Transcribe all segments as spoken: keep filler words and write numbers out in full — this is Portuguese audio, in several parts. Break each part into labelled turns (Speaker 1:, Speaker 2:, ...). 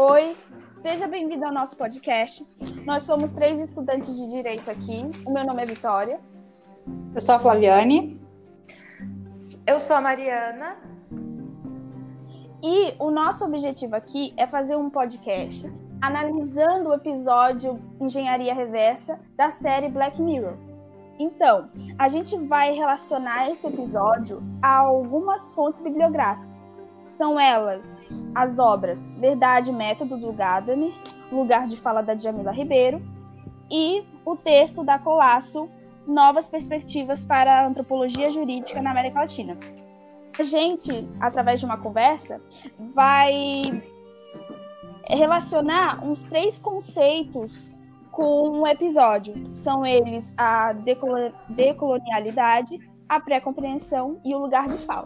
Speaker 1: Oi, seja bem-vindo ao nosso podcast. Nós somos três estudantes de Direito aqui. O meu nome é Vitória.
Speaker 2: Eu sou a Flaviane.
Speaker 3: Eu sou a Mariana.
Speaker 1: E o nosso objetivo aqui é fazer um podcast analisando o episódio Engenharia Reversa da série Black Mirror. Então, a gente vai relacionar esse episódio a algumas fontes bibliográficas. São elas as obras Verdade e Método, do Gadamer, Lugar de Fala, da Djamila Ribeiro, e o texto da Colasso, Novas Perspectivas para a Antropologia Jurídica na América Latina. A gente, através de uma conversa, vai relacionar uns três conceitos com um episódio. São eles a decolo- decolonialidade, a pré-compreensão e o lugar de fala.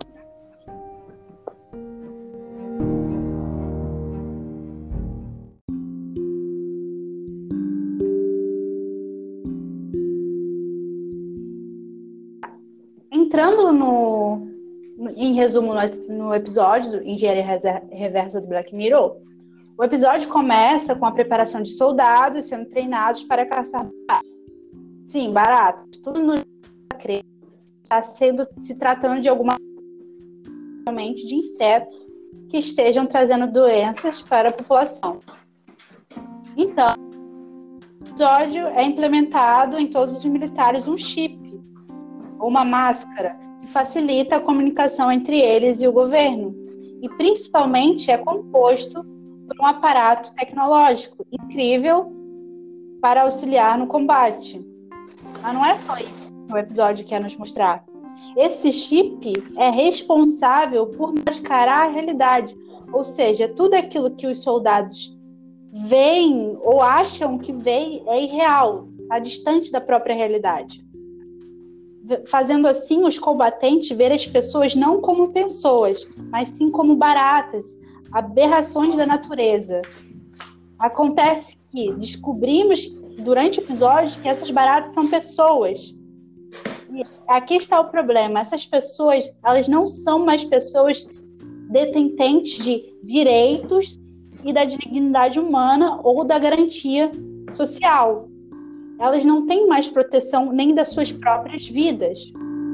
Speaker 2: Entrando no, no, em resumo no, no episódio do Engenharia Reversa do Black Mirror, o episódio começa com a preparação de soldados sendo treinados para caçar baratas. Sim, baratas. Tudo no está sendo se tratando de alguma de insetos que estejam trazendo doenças para a população. Então, no episódio é implementado em todos os militares um chip, uma máscara, que facilita a comunicação entre eles e o governo, e principalmente é composto por um aparato tecnológico incrível para auxiliar no combate. Mas não é só isso que o episódio quer nos mostrar. Esse chip é responsável por mascarar a realidade, ou seja, tudo aquilo que os soldados veem ou acham que veem é irreal, está distante da própria realidade. Fazendo assim os combatentes ver as pessoas não como pessoas, mas sim como baratas, aberrações da natureza. Acontece que descobrimos durante o episódio que essas baratas são pessoas. E aqui está o problema. Essas pessoas, elas não são mais pessoas detententes de direitos e da dignidade humana ou da garantia social. Elas não têm mais proteção nem das suas próprias vidas.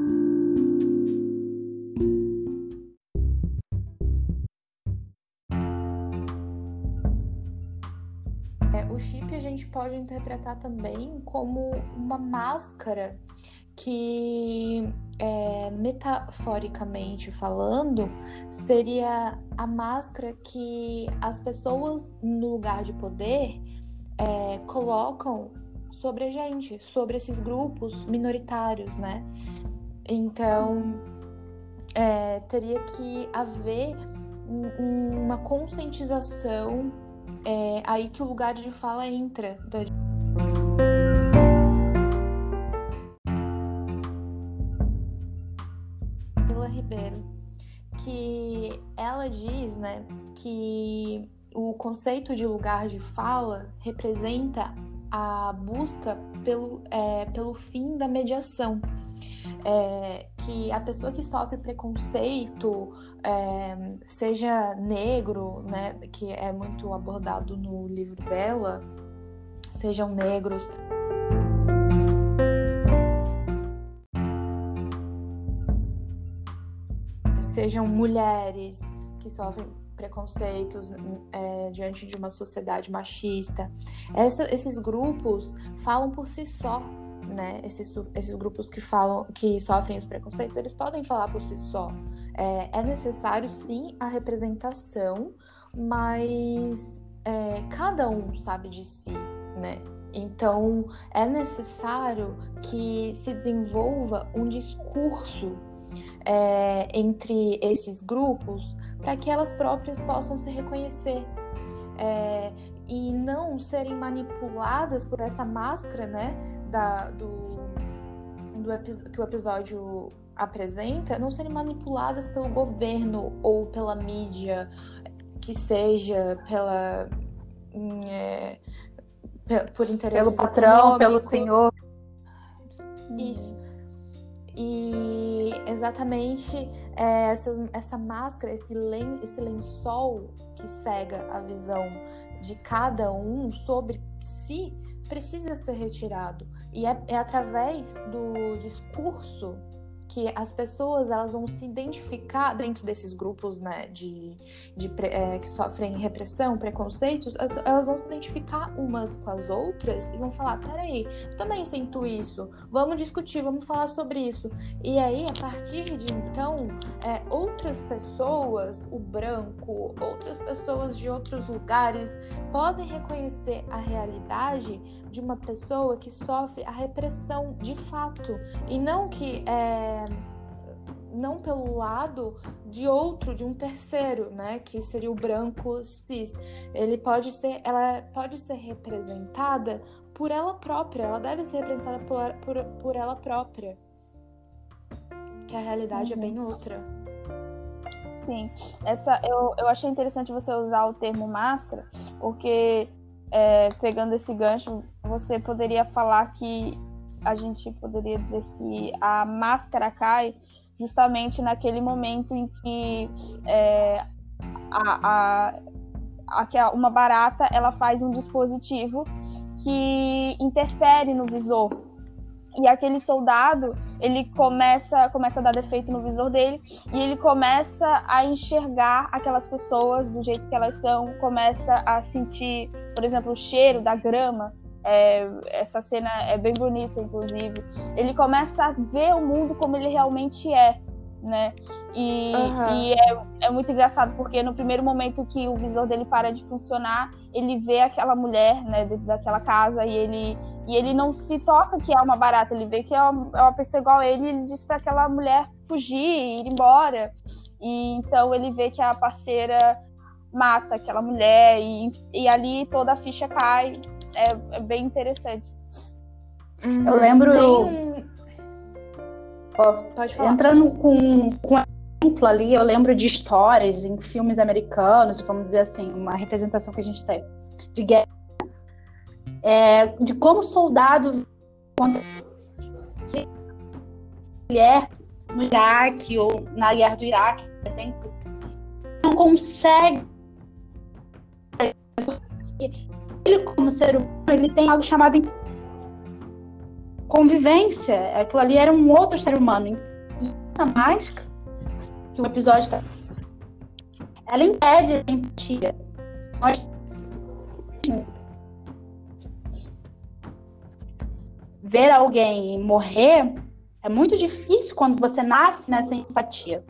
Speaker 3: É, o chip a gente pode interpretar também como uma máscara que, é, metaforicamente falando, seria a máscara que as pessoas no lugar de poder é, colocam sobre a gente, sobre esses grupos minoritários, né? Então, é, teria que haver um, uma conscientização, é, aí que o lugar de fala entra. Da... Djamila Ribeiro, que ela diz, né, que o conceito de lugar de fala representa a busca pelo, é, pelo fim da mediação, é, que a pessoa que sofre preconceito, é, seja negro, né, que é muito abordado no livro dela, sejam negros, sejam mulheres que sofrem preconceitos é, diante de uma sociedade machista. Essa, esses grupos falam por si só, né? Esses, esses grupos que falam, que sofrem os preconceitos, eles podem falar por si só. É, é necessário, sim, a representação, mas é, cada um sabe de si, né? Então, é necessário que se desenvolva um discurso É, entre esses grupos para que elas próprias possam se reconhecer é, e não serem manipuladas por essa máscara, né, da, do, do que o episódio apresenta, não serem manipuladas pelo governo ou pela mídia, que seja pela é, por interesses
Speaker 2: pelo patrão,
Speaker 3: econômicos.
Speaker 2: pelo senhor.
Speaker 3: Isso. E exatamente é, essa, essa máscara, esse, len, esse lençol que cega a visão de cada um sobre si, precisa ser retirado. E é, é através do discurso que as pessoas elas vão se identificar dentro desses grupos, né, de, de, é, que sofrem repressão, preconceitos, as, elas vão se identificar umas com as outras e vão falar, peraí, eu também sinto isso, vamos discutir, vamos falar sobre isso. E aí, a partir de então, é, outras pessoas, o branco, outras pessoas de outros lugares, podem reconhecer a realidade de uma pessoa que sofre a repressão de fato, e não que é, não pelo lado de outro, de um terceiro, né, que seria o branco cis. Ele pode ser, ela pode ser representada por ela própria, ela deve ser representada por, por, por ela própria, que a realidade uhum. é bem outra.
Speaker 1: Sim, essa, eu, eu achei interessante você usar o termo máscara, porque é, pegando esse gancho, você poderia falar que a gente poderia dizer que a máscara cai justamente naquele momento em que é, a, a, a, uma barata ela faz um dispositivo que interfere no visor. E aquele soldado, ele começa, começa a dar defeito no visor dele e ele começa a enxergar aquelas pessoas do jeito que elas são, começa a sentir, por exemplo, o cheiro da grama. É, essa cena é bem bonita, inclusive. Ele começa a ver o mundo como ele realmente é, né? E, uhum. e é, é muito engraçado, porque no primeiro momento que o visor dele para de funcionar, ele vê aquela mulher, né, dentro daquela casa e ele, e ele não se toca que é uma barata, ele vê que é uma, é uma pessoa igual a ele e ele diz para aquela mulher fugir, ir embora. E então ele vê que a parceira mata aquela mulher e, e ali toda a ficha cai. É, é bem interessante.
Speaker 2: Eu lembro...
Speaker 3: Tem...
Speaker 2: Ó, Pode falar. Entrando com, com exemplo ali, eu lembro de histórias em filmes americanos, vamos dizer assim, uma representação que a gente tem de guerra, é, de como o soldado mulher no Iraque ou na guerra do Iraque, por exemplo, não consegue. Ele, como ser humano, ele tem algo chamado convivência. Aquilo ali era um outro ser humano. E essa máscara que o episódio está, ela impede a empatia. Nós ver alguém morrer é muito difícil quando você nasce nessa empatia.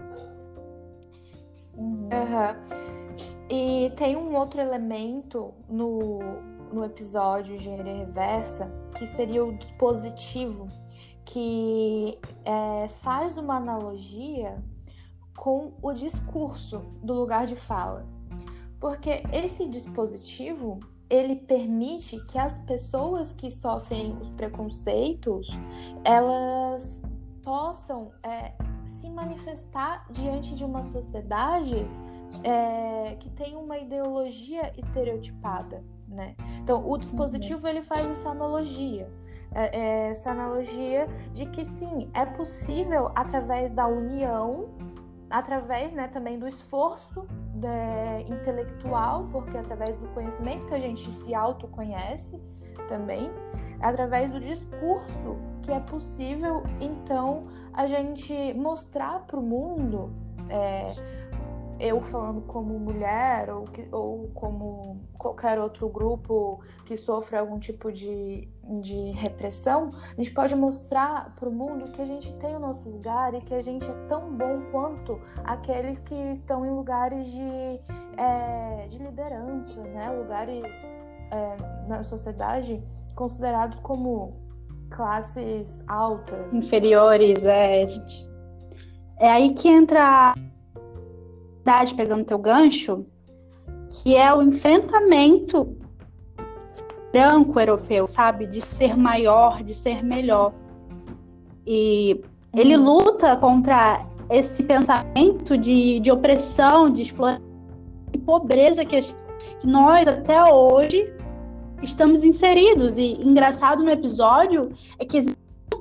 Speaker 3: Uhum. E tem um outro elemento no, no episódio de Engenharia Reversa, que seria o dispositivo, que é, faz uma analogia com o discurso do lugar de fala. Porque esse dispositivo, ele permite que as pessoas que sofrem os preconceitos, elas possam é, se manifestar diante de uma sociedade É, que tem uma ideologia estereotipada, né? Então, o dispositivo ele faz essa analogia, é, é, essa analogia de que sim, é possível através da união, através, né, também do esforço né, intelectual, porque através do conhecimento que a gente se autoconhece também, através do discurso que é possível, então, a gente mostrar para o mundo, é, eu falando como mulher ou, que, ou como qualquer outro grupo que sofre algum tipo de, de repressão, a gente pode mostrar para o mundo que a gente tem o nosso lugar e que a gente é tão bom quanto aqueles que estão em lugares de, é, de liderança, né? Lugares é, na sociedade considerados como classes altas.
Speaker 2: Inferiores, é, gente. É aí que entra... pegando teu gancho, que é o enfrentamento branco europeu, sabe? De ser maior, de ser melhor. E uhum. ele luta contra esse pensamento de, de opressão, de exploração e pobreza que, que nós, até hoje, estamos inseridos. E engraçado no episódio é que existe um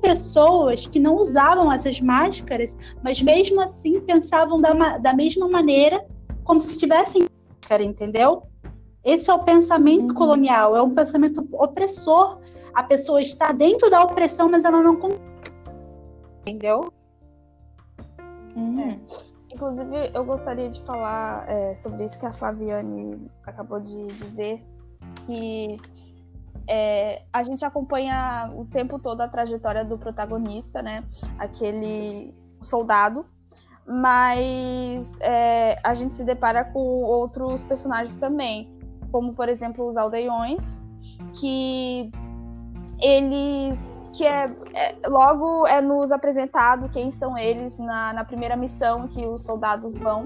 Speaker 2: pessoas que não usavam essas máscaras, mas mesmo assim pensavam da, da mesma maneira, como se estivessem máscara, entendeu? Esse é o pensamento uhum. colonial, é um pensamento opressor. A pessoa está dentro da opressão, mas ela não consegue. Entendeu?
Speaker 1: Uhum. É. Inclusive, eu gostaria de falar é, sobre isso que a Flaviane acabou de dizer, que é, a gente acompanha o tempo todo a trajetória do protagonista, né? Aquele soldado, mas é, a gente se depara com outros personagens também, como, por exemplo, os aldeões, que eles, que é, é logo é nos apresentado quem são eles na, na primeira missão que os soldados vão.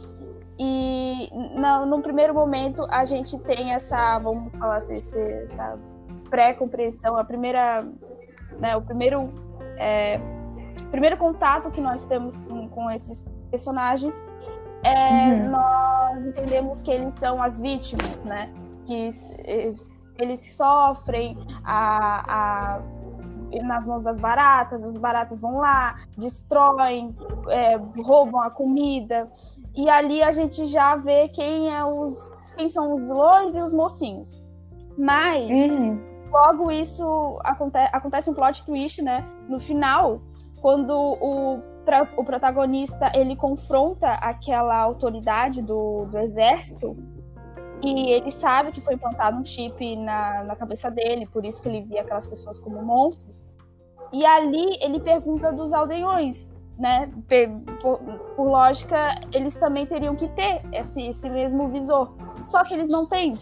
Speaker 1: E no, no primeiro momento a gente tem essa, vamos falar assim, essa pré-compreensão, a primeira, né, o primeiro, é, primeiro contato que nós temos com, com esses personagens, é, uhum. nós entendemos que eles são as vítimas, né? Que eles, eles sofrem a, a, nas mãos das baratas, as baratas vão lá, destroem, é, roubam a comida, e ali a gente já vê quem, é os, quem são os vilões e os mocinhos. Mas uhum. logo isso acontece, acontece um plot twist, né? No final, quando o, o protagonista ele confronta aquela autoridade do, do exército, e ele sabe que foi implantado um chip na, na cabeça dele, por isso que ele via aquelas pessoas como monstros. E ali ele pergunta dos aldeões, né? Por, por lógica, eles também teriam que ter esse, esse mesmo visor. Só que eles não têm.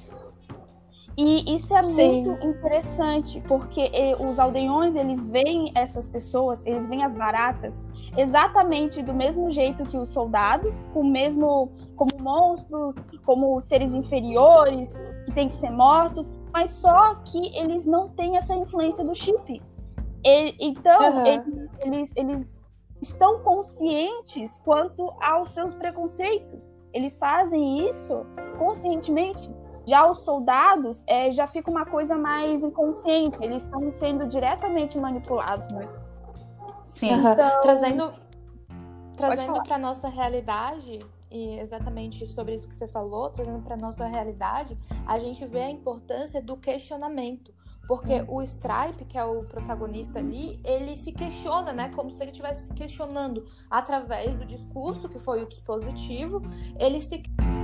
Speaker 1: E isso é Sim. muito interessante, porque os aldeões, eles veem essas pessoas, eles veem as baratas exatamente do mesmo jeito que os soldados, com o mesmo, como monstros, como seres inferiores, que têm que ser mortos, mas só que eles não têm essa influência do chip. Ele, então, uhum. eles, eles, eles estão conscientes quanto aos seus preconceitos. Eles fazem isso conscientemente. Já os soldados, é, já fica uma coisa mais inconsciente. Eles estão sendo diretamente manipulados, né?
Speaker 3: Sim. Uhum. Então... Trazendo, trazendo para nossa realidade, e exatamente sobre isso que você falou, trazendo para nossa realidade, a gente vê a importância do questionamento. Porque o Stripe, que é o protagonista ali, ele se questiona, né? Como se ele estivesse se questionando através do discurso, que foi o dispositivo. Ele se...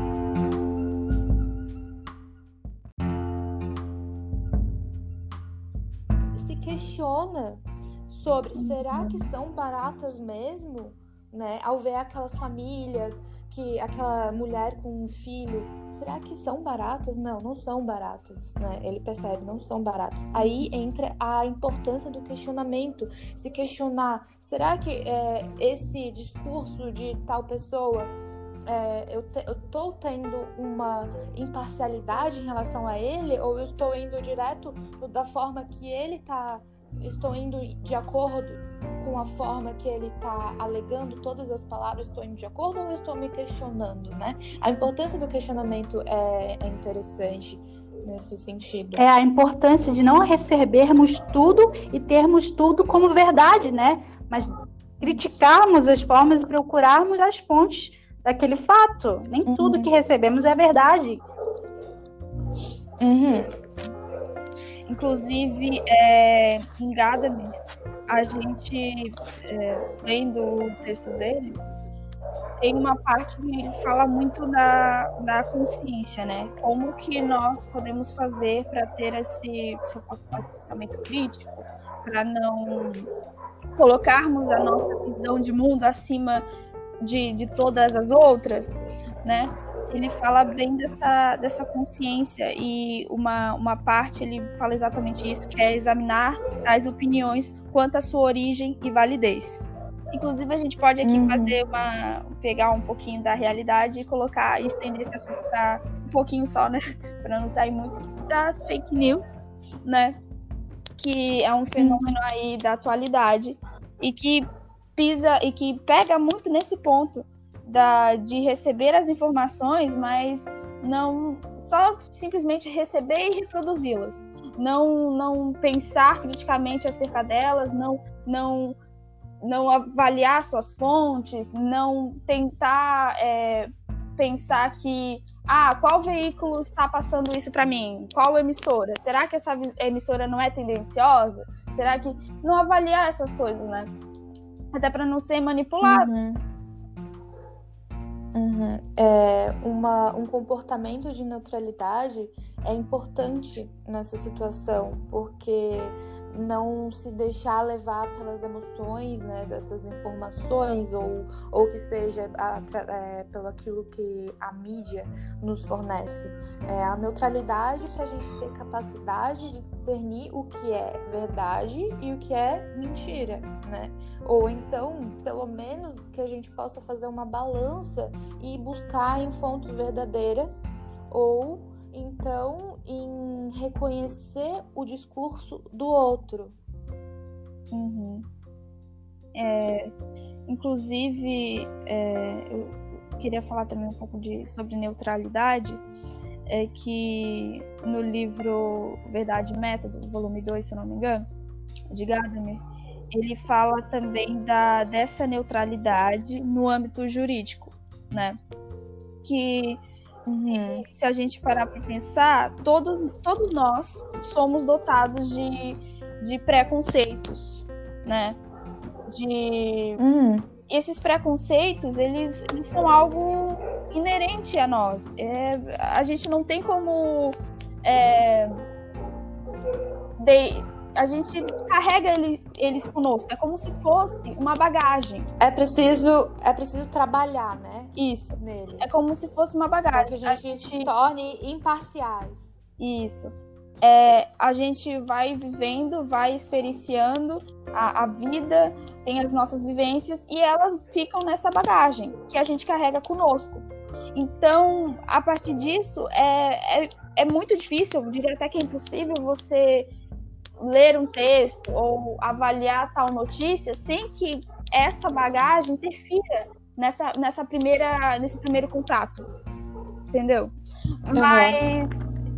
Speaker 3: se questiona sobre, será que são baratas mesmo? Né? Ao ver aquelas famílias, que aquela mulher com um filho, será que são baratas? Não, não são baratas, né? Ele percebe, não são baratas. Aí entra a importância do questionamento, se questionar, será que é, esse discurso de tal pessoa, é, eu, te, eu tô tendo uma imparcialidade em relação a ele, ou eu estou indo direto da forma que ele tá, estou indo de acordo com a forma que ele está alegando todas as palavras, estou indo de acordo ou eu estou me questionando, né? A importância do questionamento é, é interessante nesse sentido.
Speaker 2: É a importância de não recebermos tudo e termos tudo como verdade, né? Mas criticarmos as formas e procurarmos as fontes daquele fato. Nem uhum. tudo que recebemos é verdade.
Speaker 1: Uhum. Inclusive, é, em Gadamer, a gente, é, lendo o texto dele, tem uma parte que fala muito da, da consciência, né? Como que nós podemos fazer para ter esse, se eu posso falar, esse pensamento crítico, para não colocarmos a nossa visão de mundo acima de, de todas as outras, né? Ele fala bem dessa, dessa consciência, e uma, uma parte ele fala exatamente isso, que é examinar as opiniões quanto à sua origem e validez. Inclusive, a gente pode aqui uhum. fazer uma, pegar um pouquinho da realidade e colocar, e estender esse assunto para um pouquinho só, né? Para não sair muito das fake news, né? Que é um fenômeno aí da atualidade e que pisa e que pega muito nesse ponto Da, de receber as informações, mas não só simplesmente receber e reproduzi-las, não, não pensar criticamente acerca delas, não não, não avaliar suas fontes, não tentar é, pensar que, ah, qual veículo está passando isso para mim? Qual emissora? Será que essa emissora não é tendenciosa? Será que... Não avaliar essas coisas, né? Até para não ser manipulado.
Speaker 3: Uhum. Uhum. É, uma, um comportamento de neutralidade é importante nessa situação, porque não se deixar levar pelas emoções, né, dessas informações, ou, ou que seja a, é, pelo aquilo que a mídia nos fornece. É, a neutralidade para a gente ter capacidade de discernir o que é verdade e o que é mentira, né? Ou então, pelo menos, que a gente possa fazer uma balança e buscar em fontes verdadeiras, ou então em reconhecer o discurso do outro.
Speaker 1: Uhum. É, inclusive, é, eu queria falar também um pouco de, sobre neutralidade, é que no livro Verdade e Método, volume dois, se eu não me engano, de Gadamer, ele fala também da, dessa neutralidade no âmbito jurídico, né? Que, uhum. se a gente parar para pensar, todo, todos nós somos dotados de, de preconceitos, né? De...
Speaker 3: Uhum.
Speaker 1: Esses preconceitos, eles, eles são algo inerente a nós. É, a gente não tem como... É, de, a gente carrega ele, eles conosco. É como se fosse uma bagagem.
Speaker 3: É preciso, é preciso trabalhar, né?
Speaker 1: Isso.
Speaker 3: Neles.
Speaker 1: É como se fosse uma bagagem.
Speaker 3: Para que a gente, a gente se torne imparciais.
Speaker 1: Isso. É, a gente vai vivendo, vai experienciando a, a vida, tem as nossas vivências e elas ficam nessa bagagem que a gente carrega conosco. Então, a partir disso, é, é, é muito difícil, eu diria até que é impossível você ler um texto ou avaliar tal notícia sem que essa bagagem interfira nessa, nessa primeira, nesse primeiro contato, entendeu?
Speaker 3: Uhum.
Speaker 1: Mas,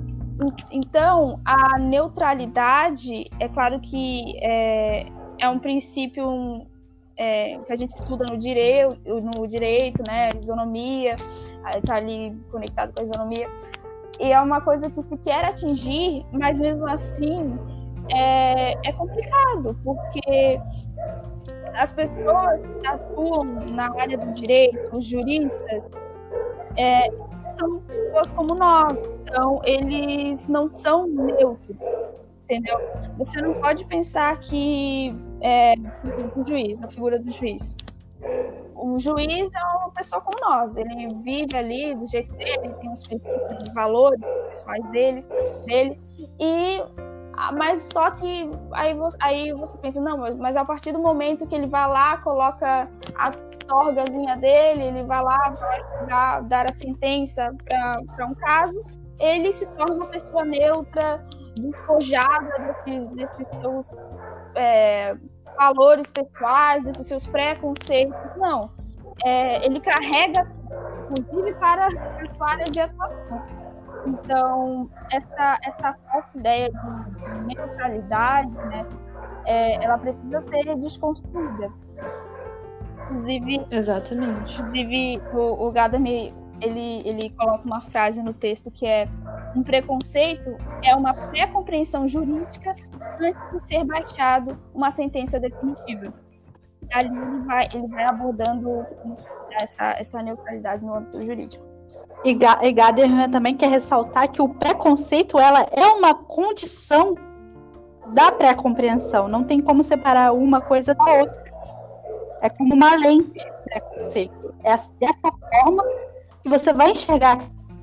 Speaker 1: então, a neutralidade, é claro que é, é um princípio é, que a gente estuda no direito, no direito, né, isonomia, está ali conectado com a isonomia, e é uma coisa que se quer atingir, mas mesmo assim É, é complicado, porque as pessoas que atuam na área do direito, os juristas, é, são pessoas como nós, então eles não são neutros, entendeu? Você não pode pensar que é, o juiz, a figura do juiz. O juiz é uma pessoa como nós, ele vive ali do jeito dele, tem os princípios, os valores pessoais dele, dele e mas só que aí você, aí você pensa, não, mas a partir do momento que ele vai lá, coloca a torgazinha dele, ele vai lá, vai dar, dar a sentença para um caso, ele se torna uma pessoa neutra, despojada desses, desses seus é, valores pessoais, desses seus preconceitos. Não, é, ele carrega, inclusive, para a sua área de atuação. Então, essa, essa falsa ideia de neutralidade, né, é, ela precisa ser desconstruída. Inclusive,
Speaker 3: Exatamente.
Speaker 1: Inclusive o, o Gadamer, ele, ele coloca uma frase no texto que é: um preconceito é uma pré-compreensão jurídica antes de ser baixado uma sentença definitiva. E ali ele vai, ele vai abordando essa, essa neutralidade no âmbito jurídico.
Speaker 2: E Gadamer também quer ressaltar que o preconceito ela é uma condição da pré-compreensão. Não tem como separar uma coisa da outra. É como uma lente de preconceito. É dessa forma que você vai enxergar.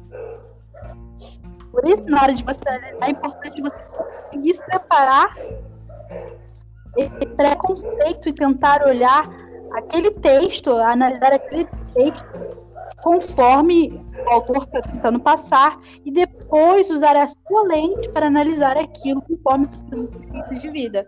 Speaker 2: Por isso, na hora de você analisar, é importante você conseguir separar esse preconceito e tentar olhar aquele texto, analisar aquele texto conforme o autor está tentando passar e depois usar a sua lente para analisar aquilo conforme os seus experiências de vida.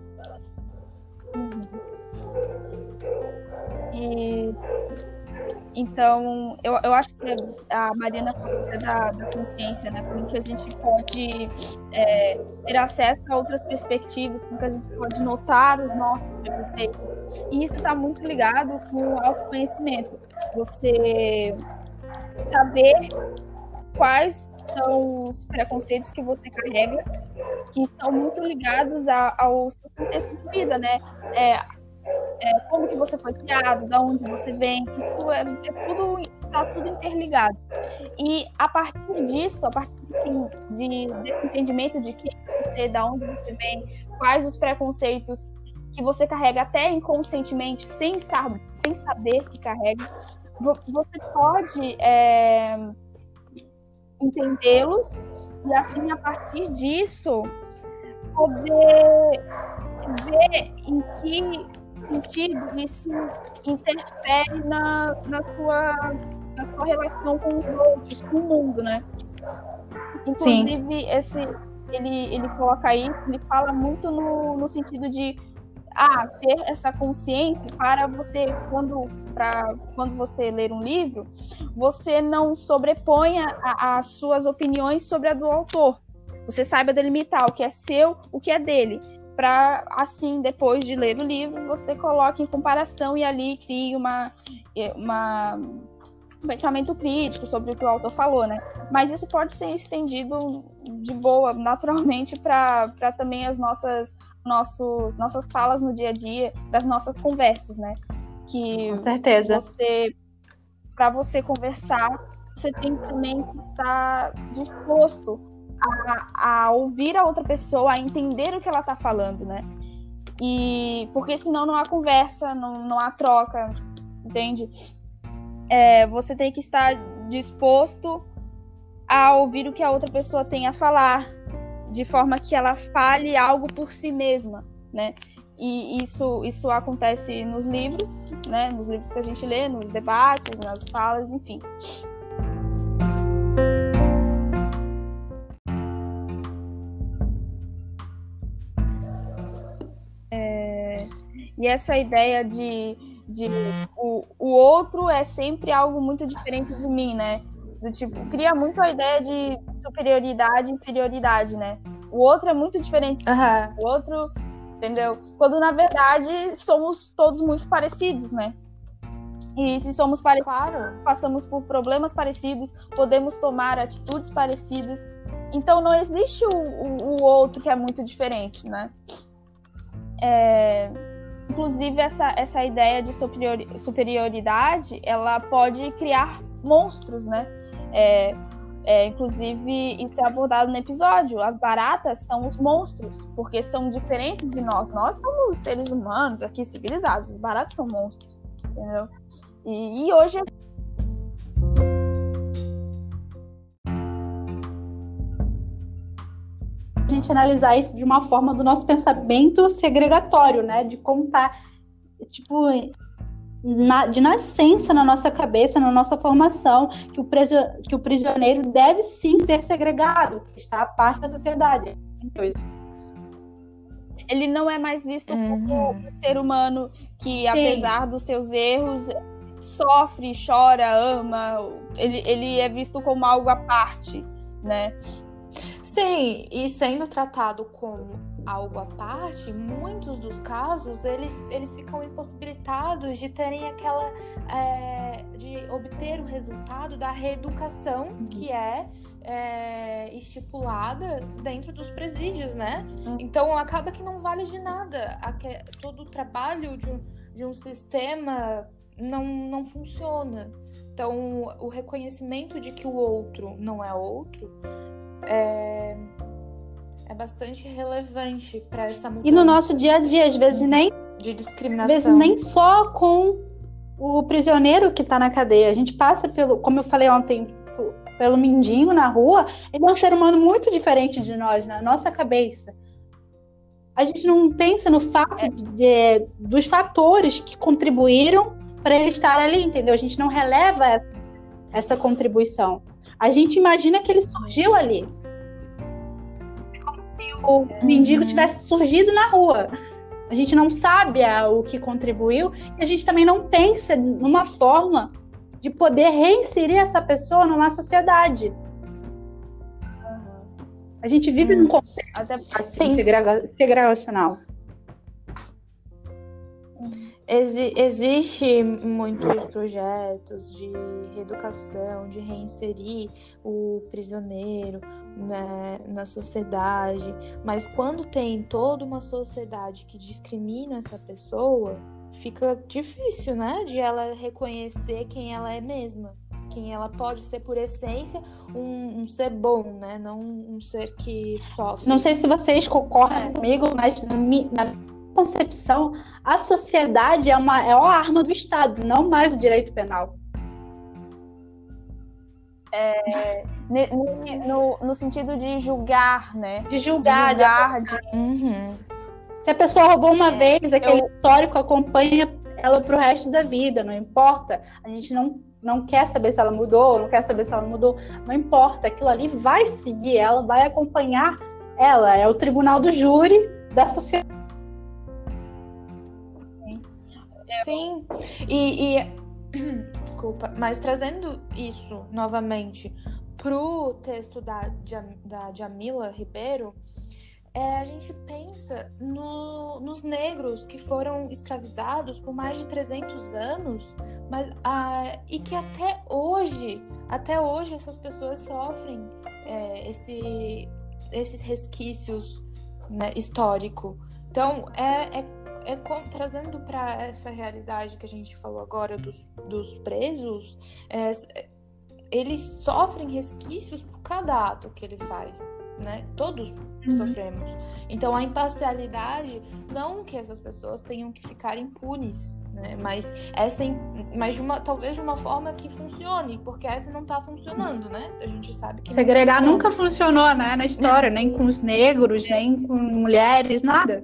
Speaker 1: Uhum. E, Então, eu, eu acho que a Mariana falou da, da consciência, né? Como que a gente pode é, ter acesso a outras perspectivas, como que a gente pode notar os nossos preconceitos. E isso está muito ligado com o autoconhecimento. Você saber quais são os preconceitos que você carrega, que estão muito ligados a, ao seu contexto de vida, né? É, É, como que você foi criado, de onde você vem, isso é, é tudo, está tudo interligado. E a partir disso, a partir de, de, desse entendimento de quem você, de onde você vem, quais os preconceitos que você carrega até inconscientemente, sem, saber, sem saber que carrega, você pode é, entendê-los e assim, a partir disso, poder ver em que sentido isso interfere na, na, sua, na sua relação com os outros, com o mundo, né? Inclusive, esse, ele, ele coloca isso, ele fala muito no, no sentido de ah, ter essa consciência para você, quando, pra, quando você ler um livro, você não sobreponha as suas opiniões sobre a do autor. Você saiba delimitar o que é seu, o que é dele. Para, assim, depois de ler o livro, você coloque em comparação e ali crie uma, uma, um pensamento crítico sobre o que o autor falou, né? Mas isso pode ser estendido de boa, naturalmente, para também as nossas, nossos, nossas falas no dia a dia, das nossas conversas, né? Que
Speaker 2: Com certeza.
Speaker 1: Você, para você conversar, você tem também que estar disposto A, a ouvir a outra pessoa, a entender o que ela está falando, né? E porque senão não há conversa, não, não há troca, entende? É, você tem que estar disposto a ouvir o que a outra pessoa tem a falar, de forma que ela fale algo por si mesma, né? E isso, isso acontece nos livros, né? Nos livros que a gente lê, nos debates, nas falas, enfim. E essa ideia de, de o, o outro é sempre algo muito diferente de mim, né? Do tipo, cria muito a ideia de superioridade e inferioridade, né? O outro é muito diferente
Speaker 3: Uhum.
Speaker 1: do outro, entendeu? Quando, na verdade, somos todos muito parecidos, né? E se somos parecidos,
Speaker 3: Claro.
Speaker 1: passamos por problemas parecidos, podemos tomar atitudes parecidas. Então, não existe o, o, o outro que é muito diferente, né? É... Inclusive, essa, essa ideia de superioridade, ela pode criar monstros, né? É, é, inclusive, isso é abordado no episódio. As baratas são os monstros, porque são diferentes de nós. Nós somos seres humanos aqui civilizados. As baratas são monstros, entendeu? E, e hoje...
Speaker 2: A gente analisar isso de uma forma do nosso pensamento segregatório, né? De como tá, tipo, na, de nascença na nossa cabeça, na nossa formação, que o, preso, que o prisioneiro deve sim ser segregado, está a parte da sociedade. Então, isso.
Speaker 1: Ele não é mais visto uhum. como um ser humano que, sim, apesar dos seus erros, sofre, chora, ama. Ele, ele é visto como algo à parte, né?
Speaker 3: Sim, e sendo tratado como algo à parte, muitos dos casos, eles, eles ficam impossibilitados de terem aquela, é, de obter o resultado da reeducação que é, é estipulada dentro dos presídios, né? Então, acaba que não vale de nada. Todo o trabalho de um, de um sistema não, não funciona. Então, o reconhecimento de que o outro não é outro É, é bastante relevante para essa mudança.
Speaker 2: E no nosso dia a dia, às vezes nem
Speaker 3: de discriminação.
Speaker 2: Às vezes nem só com o prisioneiro que está na cadeia. A gente passa pelo, como eu falei ontem, pelo mendigo na rua. Ele é um ser humano muito diferente de nós, na nossa cabeça. A gente não pensa no fato é. de, dos fatores que contribuíram para ele estar ali, entendeu? A gente não releva essa, essa contribuição. A gente imagina que ele surgiu ali. É como se o mendigo tivesse surgido na rua. A gente não sabe a, o que contribuiu e a gente também não pensa numa forma de poder reinserir essa pessoa numa sociedade. A gente vive hum, num contexto
Speaker 1: até
Speaker 2: assim, segrega- segregacional.
Speaker 3: Exi- existe muitos projetos de reeducação, de reinserir o prisioneiro, né, na sociedade, mas quando tem toda uma sociedade que discrimina essa pessoa, fica difícil, né, de ela reconhecer quem ela é mesma, quem ela pode ser por essência um, um ser bom, né, não um ser que sofre.
Speaker 2: Não sei se vocês concordam é. comigo, mas na minha, na concepção, a sociedade é uma é a arma do Estado, não mais o direito penal.
Speaker 1: É, no, no, no sentido de julgar, né?
Speaker 2: De julgar.
Speaker 1: De julgar de...
Speaker 3: Uhum.
Speaker 2: Se a pessoa roubou uma é, vez, aquele
Speaker 1: eu...
Speaker 2: histórico acompanha ela pro resto da vida, não importa. A gente não, não quer saber se ela mudou, não quer saber se ela não mudou, não importa. Aquilo ali vai seguir ela, vai acompanhar ela. É o tribunal do júri da sociedade.
Speaker 3: Sim, e, e desculpa, mas trazendo isso novamente pro texto da, da Djamila Ribeiro, é, a gente pensa no, nos negros que foram escravizados por mais de trezentos anos, mas, ah, e que até hoje, até hoje essas pessoas sofrem é, esse, esses resquícios, né, históricos. Então, é, é É com, trazendo para essa realidade que a gente falou agora dos, dos presos, é, eles sofrem resquícios por cada ato que ele faz, né? Todos uhum. sofremos. Então a imparcialidade, não que essas pessoas tenham que ficar impunes, né? Mas essa, mas de uma, talvez de uma forma que funcione, porque essa não está funcionando, né? A gente sabe que
Speaker 2: segregar nunca funcionou, né? Na história, nem com os negros, nem com mulheres, nada.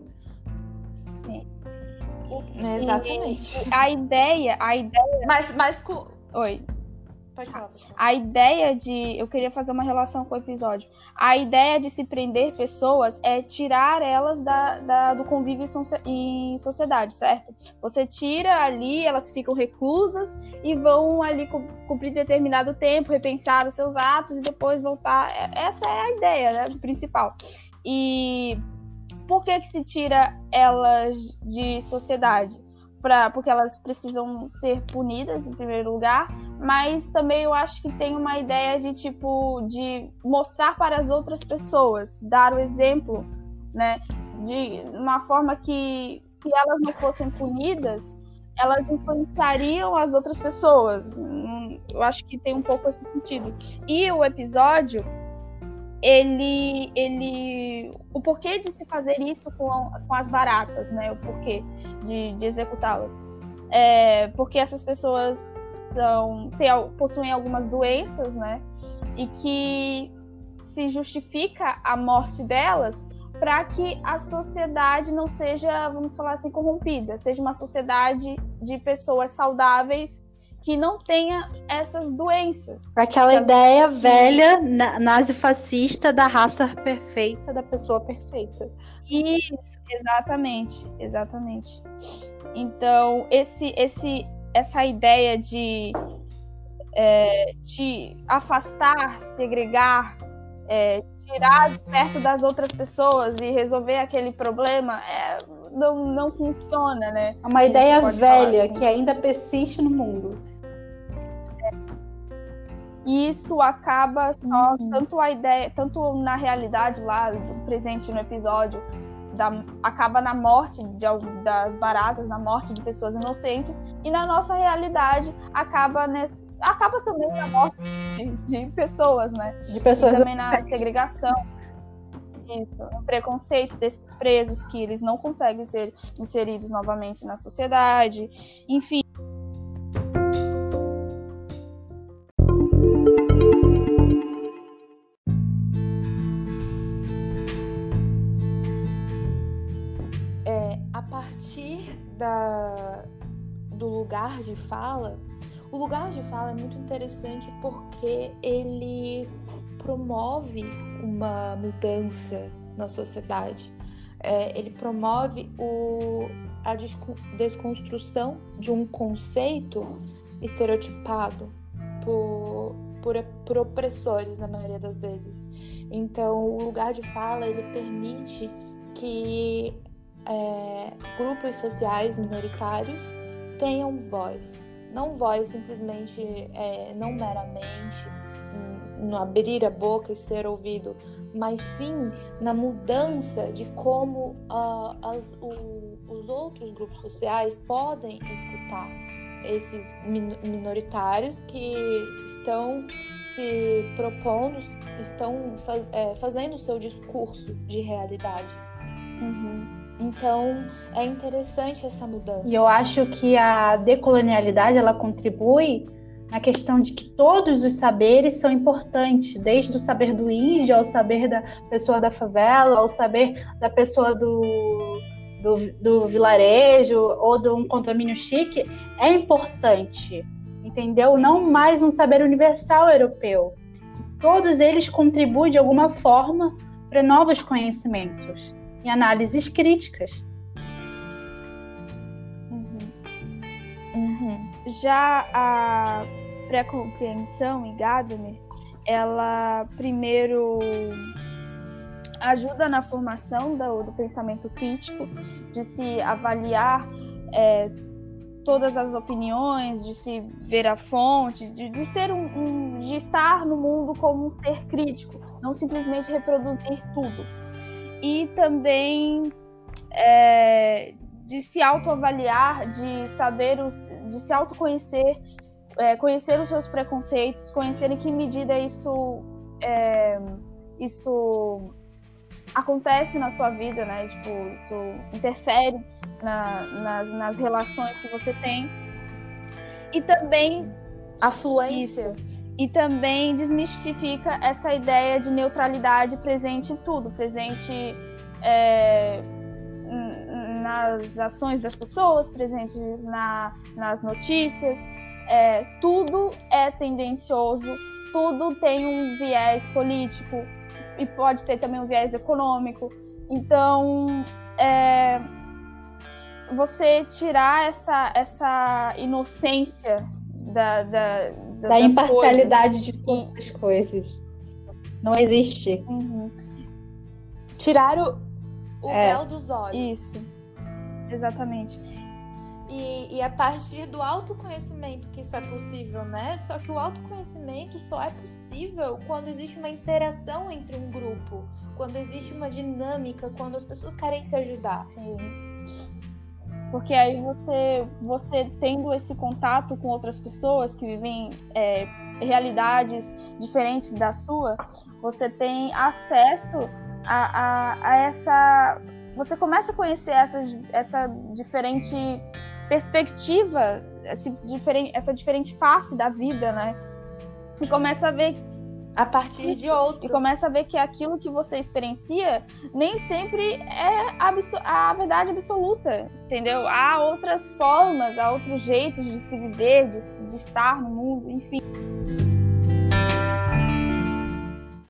Speaker 3: Exatamente.
Speaker 1: E a ideia, a ideia...
Speaker 3: Mas, mas...
Speaker 1: Oi.
Speaker 3: Pode falar, pode falar.
Speaker 1: A ideia de... Eu queria fazer uma relação com o episódio. A ideia de se prender pessoas é tirar elas da, da, do convívio em sociedade, certo? Você tira ali, elas ficam reclusas e vão ali cumprir determinado tempo, repensar os seus atos e depois voltar. Essa é a ideia, né, principal. E... Por que que se tira elas de sociedade? Pra, porque elas precisam ser punidas, em primeiro lugar, mas também eu acho que tem uma ideia de, tipo, de mostrar para as outras pessoas, dar o exemplo, né? De uma forma que, se elas não fossem punidas, elas influenciariam as outras pessoas. Eu acho que tem um pouco esse sentido. E o episódio... Ele, ele, o porquê de se fazer isso com, com as baratas, né? O porquê de, de executá-las. É, porque essas pessoas são, tem, possuem algumas doenças, né? E que se justifica a morte delas para que a sociedade não seja, vamos falar assim, corrompida. Seja uma sociedade de pessoas saudáveis que não tenha essas doenças.
Speaker 2: Aquela ideia as... velha, nazi-fascista da raça perfeita, da pessoa perfeita.
Speaker 1: Isso, exatamente, exatamente. Então, esse, esse, essa ideia de, é, de afastar, segregar, é, tirar de perto das outras pessoas e resolver aquele problema, é, não, não funciona, né?
Speaker 2: É uma ideia velha assim, que ainda persiste no mundo.
Speaker 1: E isso acaba só, uhum. tanto a ideia, tanto na realidade lá, presente no episódio, da, acaba na morte de, das baratas, na morte de pessoas inocentes, e na nossa realidade acaba, nesse, acaba também na morte de, de pessoas, né?
Speaker 2: De pessoas.
Speaker 1: E também na segregação. Isso, o preconceito desses presos, que eles não conseguem ser inseridos novamente na sociedade, enfim.
Speaker 3: Da, do lugar de fala, o lugar de fala é muito interessante porque ele promove uma mudança na sociedade. É, ele promove o, a desconstrução de um conceito estereotipado por, por, por opressores, na maioria das vezes. Então, o lugar de fala, ele permite que é, grupos sociais minoritários tenham voz. Não voz simplesmente, é, não meramente no abrir a boca e ser ouvido, mas sim na mudança de como uh, as, o, os outros grupos sociais podem escutar esses min- minoritários que estão se propondo, estão faz, é, fazendo o seu discurso de realidade.
Speaker 1: Uhum.
Speaker 3: Então, é interessante essa mudança.
Speaker 2: E eu acho que a decolonialidade, ela contribui na questão de que todos os saberes são importantes, desde o saber do índio, ao saber da pessoa da favela, ao saber da pessoa do, do, do vilarejo ou de um condomínio chique, é importante, entendeu? Não mais um saber universal europeu. Todos eles contribuem de alguma forma para novos conhecimentos e análises críticas.
Speaker 1: Uhum.
Speaker 3: Uhum.
Speaker 1: Já a pré-compreensão em Gadamer, ela primeiro ajuda na formação do, do pensamento crítico, de se avaliar é, todas as opiniões, de se ver a fonte, de, de ser um, um, de estar no mundo como um ser crítico, não simplesmente reproduzir tudo. E também é, de se autoavaliar, de saber, os, de se autoconhecer, é, conhecer os seus preconceitos, conhecer em que medida isso, é, isso acontece na sua vida, né? Tipo, isso interfere na, nas, nas relações que você tem. E também...
Speaker 3: Afluência.
Speaker 1: Isso. E também desmistifica essa ideia de neutralidade presente em tudo, presente é, nas ações das pessoas, presente na, nas notícias. É, tudo é tendencioso, tudo tem um viés político e pode ter também um viés econômico. Então, é, você tirar essa, essa inocência da, da, da,
Speaker 2: da
Speaker 1: das
Speaker 2: imparcialidade
Speaker 1: coisas.
Speaker 2: de todas as coisas. Não existe.
Speaker 1: Uhum.
Speaker 3: Tirar o, o
Speaker 2: É.
Speaker 3: véu dos olhos.
Speaker 1: Isso, exatamente.
Speaker 3: E, e a partir do autoconhecimento que isso é possível, né? Só que o autoconhecimento só é possível quando existe uma interação entre um grupo, quando existe uma dinâmica, quando as pessoas querem se ajudar.
Speaker 1: Sim. Porque aí você, você tendo esse contato com outras pessoas que vivem é, realidades diferentes da sua, você tem acesso a, a, a essa... Você começa a conhecer essa, essa diferente perspectiva, essa diferente, essa diferente face da vida, né? E começa a ver...
Speaker 3: A partir de outro.
Speaker 1: E começa a ver que aquilo que você experiencia nem sempre é abso- a verdade absoluta, entendeu? Há outras formas, há outros jeitos de se viver, de, de estar no mundo, enfim.